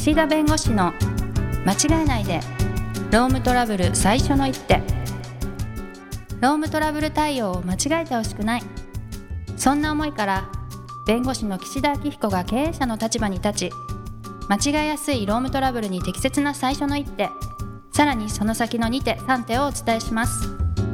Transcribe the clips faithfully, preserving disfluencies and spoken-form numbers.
岸田弁護士の間違えないでロームトラブル最初の一手。ロームトラブル対応を間違えてほしくない、そんな思いから弁護士の岸田明彦が経営者の立場に立ち、間違えやすいロームトラブルに適切な最初の一手、さらにその先のに手さん手をお伝えします。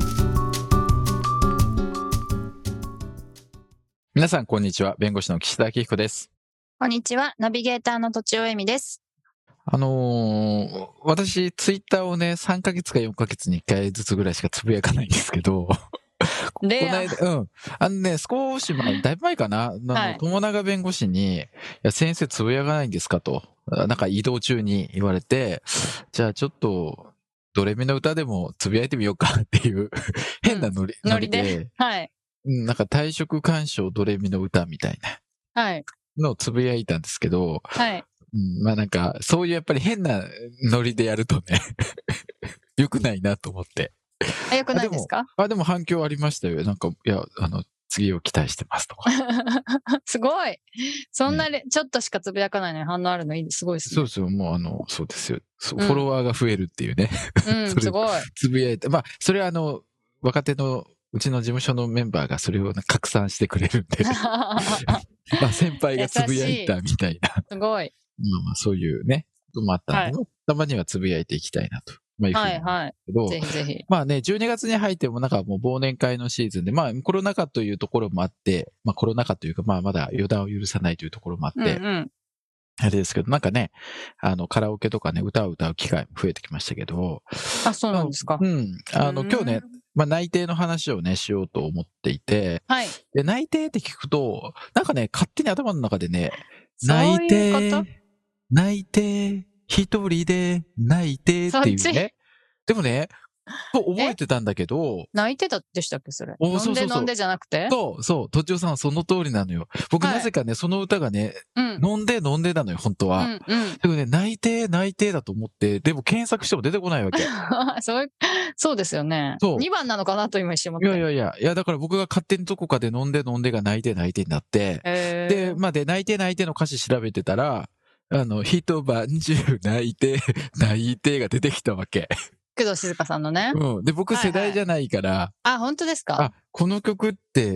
皆さんこんにちは、弁護士の岸田明彦です。 こんにちは、ナビゲーターのとちおえみです。 あのー、私ツイッターをねさんかげつかよんかげつにいっかいずつぐらいしかつぶやかないんですけどこの間、うん。あのね、少し前、だいぶ前かな、あの、はい、友永弁護士に、いや、先生つぶやかないんですかと、なんか移動中に言われて、じゃあちょっと、ドレミの歌でもつぶやいてみようかっていう変なノリ、うん、ノリで、ノリではい。なんか退職勧奨ドレミの歌みたいな、はい。のをつぶやいたんですけど、はい。うん、まあなんか、そういうやっぱり変なノリでやるとね、良くないなと思って。 あ、よくないですか？ あ、でも反響ありましたよ。なんか、いや、あの、次を期待してますとか。 すごい。そんな、ね、ちょっとしかつぶやかないのに反応あるのいい、すごいですね。 そうですよ。もうあの、そうですよ。うん、フォロワーが増えるっていうね。 うん、すごい。 つぶやいて。まあ、それはあの、若手の、うちの事務所のメンバーがそれを拡散してくれるんで。まあ、先輩がつぶやいたみたいな。 すごい。 まあ、そういうね、こともあったんで、はい、たまにはつぶやいていきたいなと。まあ、いうふうに思うんですけど、はいはい、ぜひぜひ。まあね、じゅうにがつに入ってもなんかもう忘年会のシーズンで、まあコロナ禍というところもあって、まあコロナ禍というか、まあまだ予断を許さないというところもあって、うんうん、あれですけど、なんかね、あのカラオケとかね、歌を歌う機会も増えてきましたけど、 あ、そうなんですか。 うん。あの、今日ね、まあ内定の話をね、しようと思っていて、はい。で、内定って聞くと、なんかね、勝手に頭の中でね、内定、内定、一人で泣いてっていうね。でもね、覚えてたんだけど。 泣いてたでしたっけそれ。飲んで飲んでじゃなくて？ そう、そう、とちおさんはその通りなのよ。僕、はい、なぜかね、その歌がね、うん、飲んで飲んでなのよ、本当は。うんうん、でもね、泣いて泣いてだと思って、でも検索しても出てこないわけ。 そう、そうですよね。そう。にばんなのかなと今一瞬思って。 いやいやいや、いやだから僕が勝手にどこかで飲んで飲んでが泣いて泣いてになって、で、まあで、泣いて泣いての歌詞調べてたら、あの、一晩中泣いて、泣いてが出てきたわけ。 工藤静香さんのね。 うん。で、僕世代じゃないから。はいはい、 あ、本当ですか？ あ、この曲って、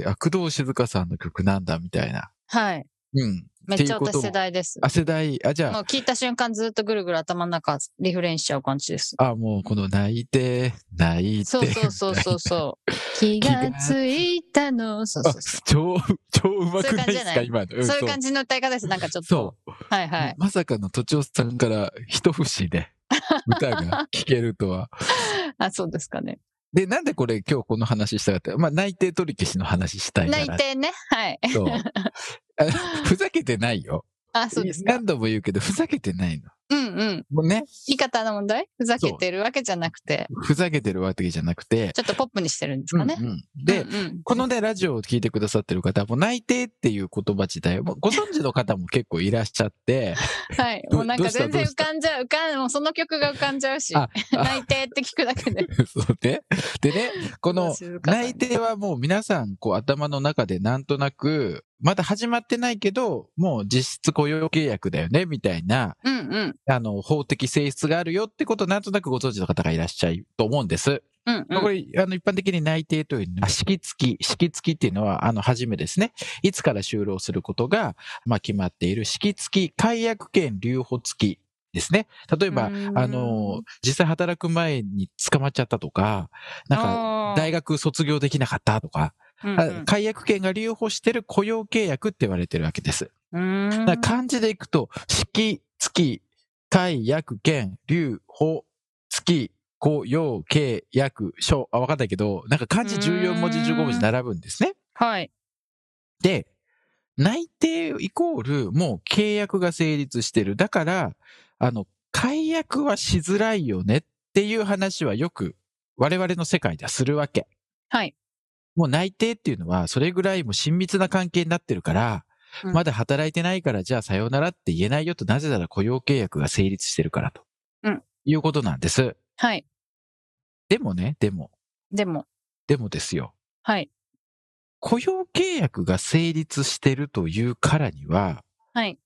あ、工藤静香さんの曲なんだ、みたいな。 はい。 うん。 めっちゃ私世代です。 あ、世代、あ、じゃあ。 もう聞いた瞬間ずっとぐるぐる頭の中リフレインしちゃう感じです。 あ、もうこの泣いて、泣いて。 そうそうそうそうそう。気がついたの。そうそうそう。 超、超うまくないですか今の、 うん。そういう感じの歌い方です。なんかちょっと。そう。はいはい。 まさかのとちおさんから一節で歌が聴けるとは。 あ、そうですかね。 で、なんでこれ今日この話したかって、まあ内定取り消しの話したいから。 内定ね。はい。 そう。ふざけてないよ。 あ、そうですか。 何度も言うけど、ふざけてないの。 うんうん。 もうね。 言い方の問題？ふざけてるわけじゃなくて。 ふざけてるわけじゃなくて。 ちょっとポップにしてるんですかね。 うんうん、で、うんうん、このね、ラジオを聞いてくださってる方は、もう内定っていう言葉自体をご存知の方も結構いらっしゃって。 はい。もうなんか全然浮かんじゃう、浮かん、もうその曲が浮かんじゃうし。内定って聞くだけで。 そうね。でね、この内定はもう皆さん、こう頭の中でなんとなく、まだ始まってないけど、もう実質雇用契約だよね、みたいな、うんうん、あの、法的性質があるよってことをなんとなくご存知の方がいらっしゃると思うんです。うんうん、これ、あの、一般的に内定というのは、式付き、式付きっていうのは、あの、はじめですね、いつから就労することが、まあ、決まっている式付き、解約権留保付きですね。例えば、あの、実際働く前に捕まっちゃったとか、なんか、大学卒業できなかったとか、うんうん、解約権が留保している雇用契約って言われてるわけです。だから漢字でいくと、式付き、解約権留保付き、雇用契約書、あ、わかんないけど、なんか漢字じゅうよんもじじゅうごもじ並ぶんですね。 はい。 で、内定イコールもう契約が成立してる。だから、あの、解約はしづらいよねっていう話はよく我々の世界ではするわけ。 はい。 もう内定っていうのはそれぐらいもう親密な関係になってるから、うん、まだ働いてないからじゃあさようならって言えないよと、なぜなら雇用契約が成立してるからと。うん。いうことなんです。 はい。 でもね、でも。 でも。 でもですよ。 はい。 雇用契約が成立してるというからには、 はい。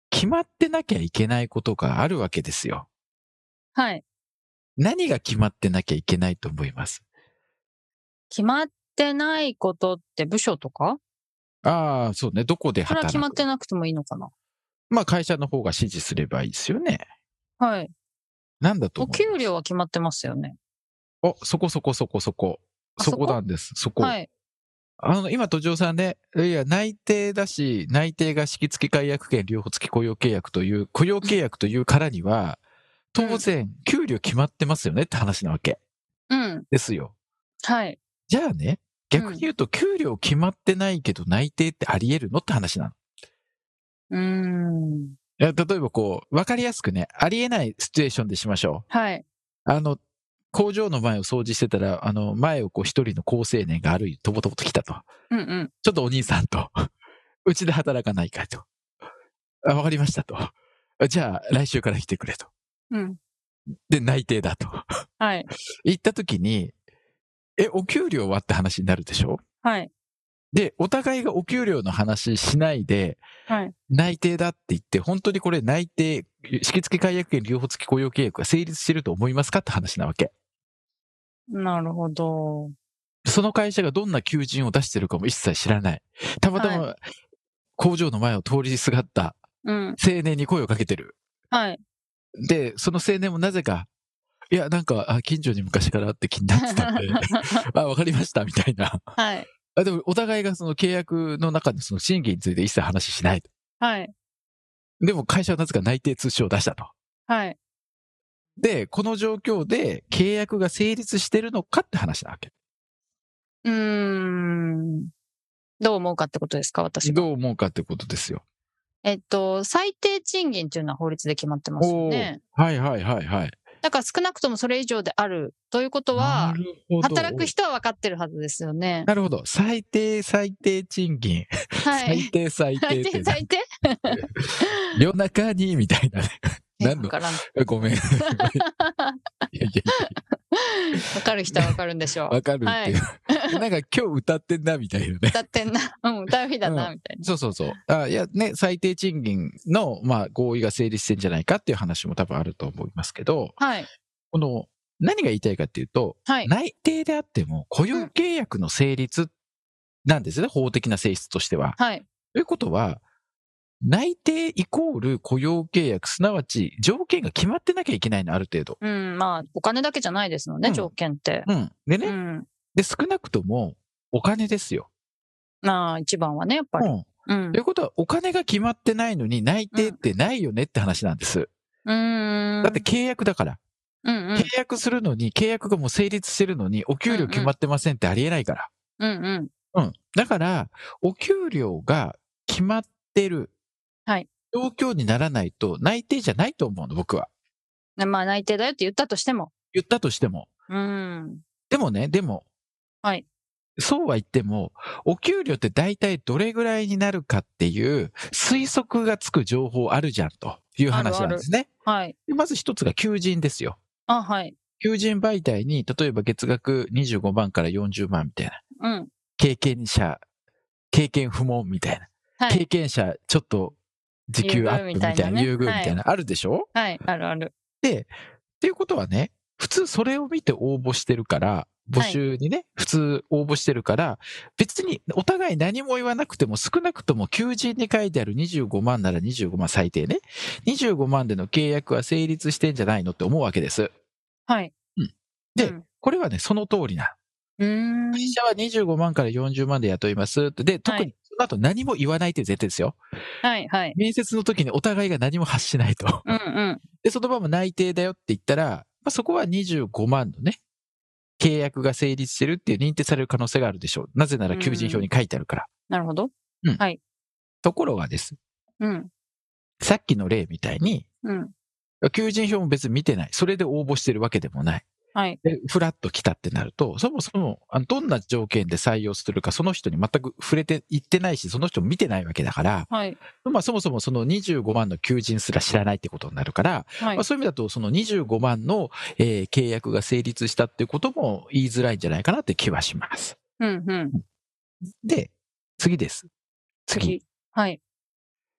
決まってなきゃいけないことがあるわけですよ。 はい。 何が決まってなきゃいけないと思います？ 決まってないことって部署とか？ ああ、そうね。どこでそれは働く？ 決まってなくてもいいのかな？ まあ会社の方が指示すればいいですよね。 はい。 なんだとお思います？ 給料は決まってますよね。 お、そこそこそこそこ。そあそここなんです。そこ。 はい。 あの、今、途上さんね、いや、内定だし、内定が敷付解約権両方付き雇用契約という、雇用契約というからには、当然、給料決まってますよねって話なわけ。 うん。 ですよ。 はい。 じゃあね、逆に言うと、給料決まってないけど内定ってあり得るのって話なの。 うーん。 いや例えばこう、わかりやすくね、ありえないシチュエーションでしましょう。 はい。 あの、工場の前を掃除してたら、あの、前をこう一人の高青年が歩いて、とぼとぼと来たと。 うんうん。 ちょっとお兄さんと、うちで働かないかと。あ、わかりましたと。じゃあ、来週から来てくれと。 うん。 で、内定だと。 はい。 言ったときに、え、お給料はって話になるでしょ？ はい。 で、お互いがお給料の話しないで、 はい。 内定だって言って、本当にこれ内定、敷付解約権両方付き雇用契約が成立してると思いますかって話なわけ。 なるほど。 その会社がどんな求人を出してるかも一切知らない。たまたま工場の前を通りすがった青年に声をかけてる。 はい。 で、その青年もなぜか、いや、なんか、あ、近所に昔からあって気になってたんで、あ、わかりました、みたいな。 はい。 あでも、お互いがその契約の中でその審議について一切話しないと。 はい。 でも、会社はなぜか内定通知書を出したと。 はい。 で、この状況で契約が成立してるのかって話なわけ。 うーん。どう思うかってことですか、私が。 どう思うかってことですよ。 えっと、最低賃金っていうのは法律で決まってますよね。 はいはいはいはい。 だから少なくともそれ以上であるということは、働く人は分かってるはずですよね。 なるほど。最低最低賃金。はい、最低最低って。 最低最低夜中にみたいなね。何のごめん。いやいやいや。 わかる人はわかるんでしょう。 わかるっていう。はい、なんか今日歌ってんなみたいなね。 歌ってんな。うん、歌う日だな、みたいな、 うん。そうそうそう。あいやね、最低賃金の、まあ、合意が成立してんじゃないかっていう話も多分あると思いますけど、 はい。 この、何が言いたいかっていうと、はい、内定であっても雇用契約の成立なんですね、うん、法的な性質としては。 はい。 ということは、内定イコール雇用契約、すなわち条件が決まってなきゃいけないの、ある程度。 うん、まあ、お金だけじゃないですのね、うん、条件って。 うん。でね、うん、で、少なくともお金ですよ。 まあ、一番はね、やっぱり。うんうん。ということは、お金が決まってないのに内定ってないよねって話なんです。 うん。 だって契約だから。うんうん、契約するのに、契約がもう成立してるのに、お給料決まってませんってありえないから。 うんうん。 うん。だから、お給料が決まってる。 はい。 状況にならないと内定じゃないと思うの、僕は。 まあ内定だよって言ったとしても。 言ったとしても。 うん。 でもね、でも。 はい。 そうは言っても、お給料って大体どれぐらいになるかっていう推測がつく情報あるじゃんという話なんですね。 あるあるはい。 まず一つが求人ですよ。 あ、はい。 求人媒体に、例えば月額にじゅうごまんからよんじゅうまんみたいな。うん。 経験者、経験不問みたいな。はい、経験者ちょっと時給アップみたいな、優遇みたいな、あるでしょ？ はい、あるある。 で、っていうことはね、普通それを見て応募してるから、募集にね、はい、普通応募してるから、別にお互い何も言わなくても少なくとも求人に書いてあるにじゅうごまんならにじゅうごまん最低ね。にじゅうごまんでの契約は成立してんじゃないのって思うわけです。 はい。 うん。で、うん、これはね、その通りな。 うーん。 会社はにじゅうごまんからよんじゅうまんで雇いますって。で、特にその後何も言わないっていう前提ですよ。 はいはい。 面接の時にお互いが何も発しないと。 うんうん。 で、そのまま内定だよって言ったら、まあ、そこはにじゅうごまんのね、契約が成立してるっていう認定される可能性があるでしょう。なぜなら求人票に書いてあるから。 なるほど。 うん。 はい。 ところがです。 うん。 さっきの例みたいに、 うん。 求人票も別に見てない。それで応募してるわけでもない。 はい。 で、フラッと来たってなると、そもそも、あのどんな条件で採用するか、その人に全く触れていってないし、その人も見てないわけだから、 はい。 まあそもそもそのにじゅうごまんの求人すら知らないってことになるから、はい、まあ、そういう意味だと、そのにじゅうごまんの、えー、契約が成立したっていうことも言いづらいんじゃないかなって気はします。 うんうん。 で、次です。次。 次はい。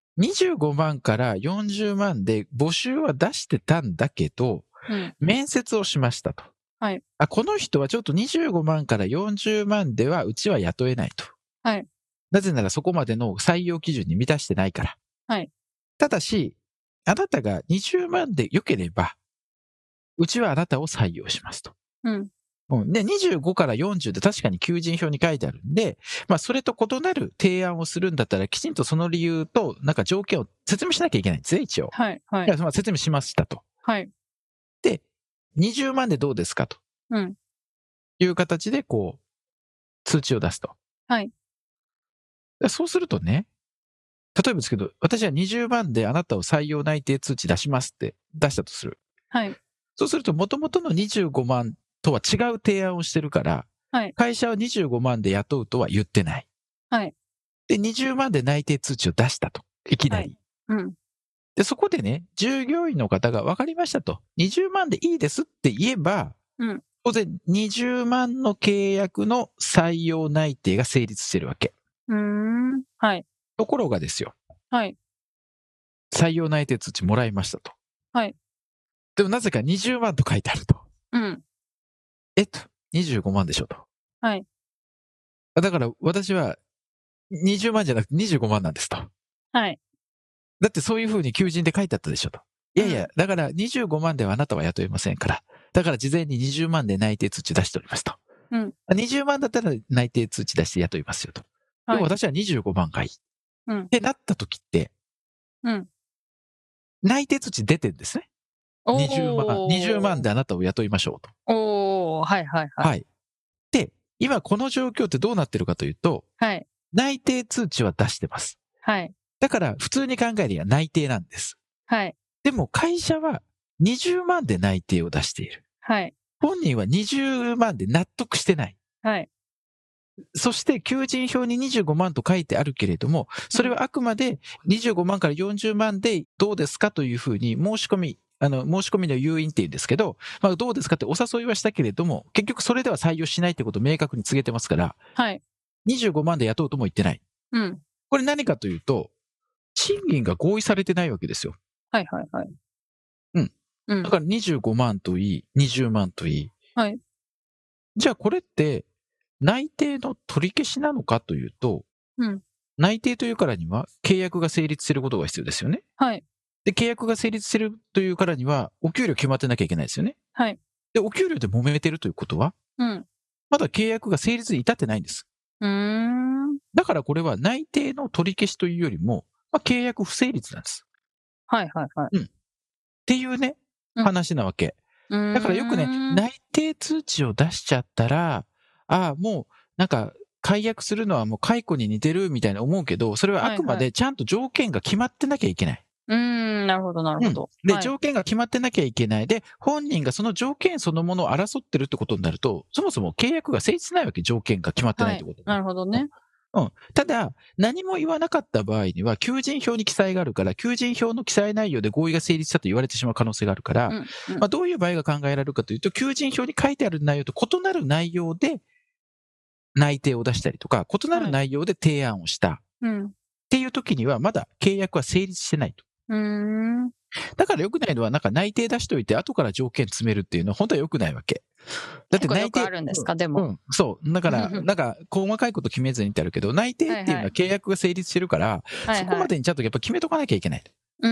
にじゅうごまんからよんじゅうまんで募集は出してたんだけど、うん、面接をしましたと。 はい。 あ、この人はちょっとにじゅうごまんからよんじゅうまんではうちは雇えないと。 はい。 なぜならそこまでの採用基準に満たしてないから。 はい。 ただし、あなたがにじゅうまんで良ければ、うちはあなたを採用しますと。 うん。 うん、で、にじゅうごからよんじゅうで確かに求人票に書いてあるんで、まあ、それと異なる提案をするんだったら、きちんとその理由と、なんか条件を説明しなきゃいけないんですね、一応。 はい、はい。 いや、まあ、説明しましたと。 はい。 で、にじゅうまんでどうですかと。 うん。 いう形で、こう、通知を出すと。 はい。 そうするとね、例えばですけど、私はにじゅうまんであなたを採用内定通知出しますって出したとする。 はい。 そうすると、元々のにじゅうごまんとは違う提案をしてるから、はい、会社はにじゅうごまんで雇うとは言ってない。 はい。 で、にじゅうまんで内定通知を出したと。いきなり。 はい、うん。 で、そこでね、従業員の方が分かりましたと。にじゅうまんでいいですって言えば、うん、当然にじゅうまんの契約の採用内定が成立してるわけ。 うーん。はい。 ところがですよ。 はい。 採用内定通知もらいましたと。 はい。 でもなぜかにじゅうまんと書いてあると。 うん。 えっと、にじゅうごまんでしょと。 はい。 だから私はにじゅうまんじゃなくてにじゅうごまんなんですと。 はい。 だってそういうふうに求人で書いてあったでしょと。いやいや、だからにじゅうごまんではあなたは雇えませんから。だから事前ににじゅうまんで内定通知出しておりますと。うん。にじゅうまんだったら内定通知出して雇いますよと。でも私はにじゅうごまんがいい。うん。ってなった時って、うん。内定通知出てるんですね。にじゅうまん、にじゅうまんであなたを雇いましょうと。 おー、はいはいはい。 はい。で、今この状況ってどうなってるかというと、はい。内定通知は出してます。はい。だから普通に考えりゃ内定なんです。はい。でも会社はにじゅうまんで内定を出している。はい。本人はにじゅうまんで納得してない。はい。そして求人票ににじゅうごまんと書いてあるけれども、それはあくまでにじゅうごまんからよんじゅうまんでどうですかというふうに申し込み、あの、申し込みの誘引っていうんですけど、まあどうですかってお誘いはしたけれども、結局それでは採用しないってことを明確に告げてますから、はい。にじゅうごまんで雇うとも言ってない。うん。これ何かというと、賃金が合意されてないわけですよ。はいはいはい。うん。うん。だからにじゅうごまんといい、にじゅうまんといい。はい。じゃあこれって、内定の取り消しなのかというと、うん、内定というからには契約が成立することが必要ですよね。はい。で、契約が成立するというからには、お給料決まってなきゃいけないですよね。はい。で、お給料で揉めてるということは、うん。まだ契約が成立に至ってないんです。うーん。だからこれは内定の取り消しというよりも、まあ、契約不成立なんです。はいはいはい。うん。っていうね、話なわけ。うん、だからよくね、内定通知を出しちゃったら、ああ、もう、なんか、解約するのはもう解雇に似てるみたいな思うけど、それはあくまでちゃんと条件が決まってなきゃいけない。はいはい、うーん、なるほど、なるほど。うん、で、はい、条件が決まってなきゃいけない。で、本人がその条件そのものを争ってるってことになると、そもそも契約が成立しないわけ、条件が決まってないってこと。はい、なるほどね。うん。ただ、何も言わなかった場合には、求人票に記載があるから、求人票の記載内容で合意が成立したと言われてしまう可能性があるから、うんうん、まあ、どういう場合が考えられるかというと、求人票に書いてある内容と異なる内容で内定を出したりとか、異なる内容で提案をした。はい、っていう時には、まだ契約は成立してないと。うーん。だから良くないのは、なんか内定出しといて、後から条件詰めるっていうのは本当は良くないわけ。だって内定。よくあるんですか、でも。うん、そう。だから、なんか、細かいこと決めずにってあるけど、内定っていうのは契約が成立してるから、はいはい、そこまでにちゃんとやっぱ決めとかなきゃいけない。うん。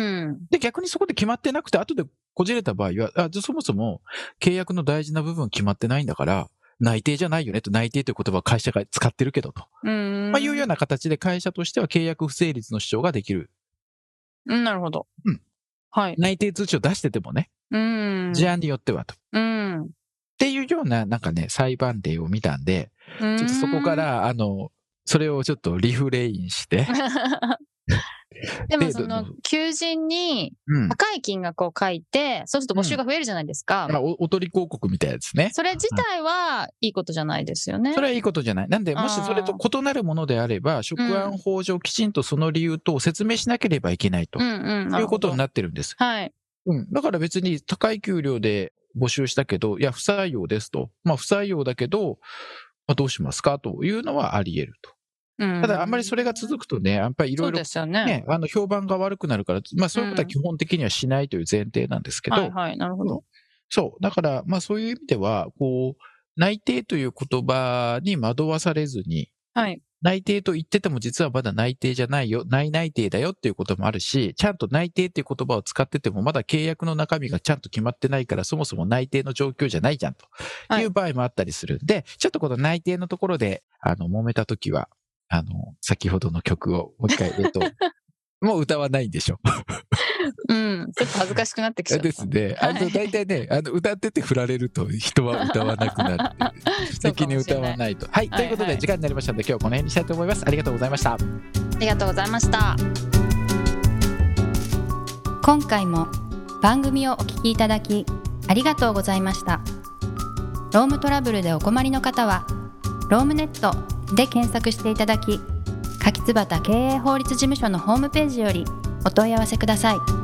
で、逆にそこで決まってなくて、後でこじれた場合は、あ、そもそも契約の大事な部分決まってないんだから、内定じゃないよねと、内定という言葉は会社が使ってるけどと。うん。まあ、いうような形で会社としては契約不成立の主張ができる。うん、なるほど。うん。はい。内定通知を出しててもね。うん。事案によってはと。うん。っていうような、なんかね、裁判例を見たんで、ちょっとそこから、あの、それをちょっとリフレインして。でもその求人に高い金額を書いて、うん、そうすると募集が増えるじゃないですか。うん、お, おとり広告みたいですね。それ自体はいいことじゃないですよね。それはいいことじゃない。なんで、もしそれと異なるものであれば、職案法上きちんとその理由と説明しなければいけないと、いうことになってるんです。はい。うん。だから別に高い給料で募集したけど、いや、不採用ですと。まあ、不採用だけど、まあ、どうしますかというのはあり得ると。 ただあんまりそれが続くとね、やっぱりいろいろね、あの評判が悪くなるから、まあそういうことは基本的にはしないという前提なんですけど、 はいはい、なるほど。 そう。だから、まあそういう意味では、こう、内定という言葉に惑わされずに、 はい。 内定と言ってても実はまだ内定じゃないよ、内内定だよっていうこともあるし、ちゃんと内定っていう言葉を使っててもまだ契約の中身がちゃんと決まってないからそもそも内定の状況じゃないじゃんという場合もあったりするんで、はい、ちょっとこの内定のところで、あの、揉めたときは、あの、先ほどの曲をもう一回、えっと、もう歌わないんでしょ。 うん。ちょっと恥ずかしくなってきちゃった。 ですね。あの、大体ね、あの、歌ってて振られると人は歌わなくなるっていう。素敵に歌わないと。はい。ということで、時間になりましたので、今日はこの辺にしたいと思います。ありがとうございました。ありがとうございました。今回も番組をお聞きいただき、ありがとうございました。ロームトラブルでお困りの方は、ロームネットで検索していただき、柿椿経営法律事務所のホームページよりお問い合わせください。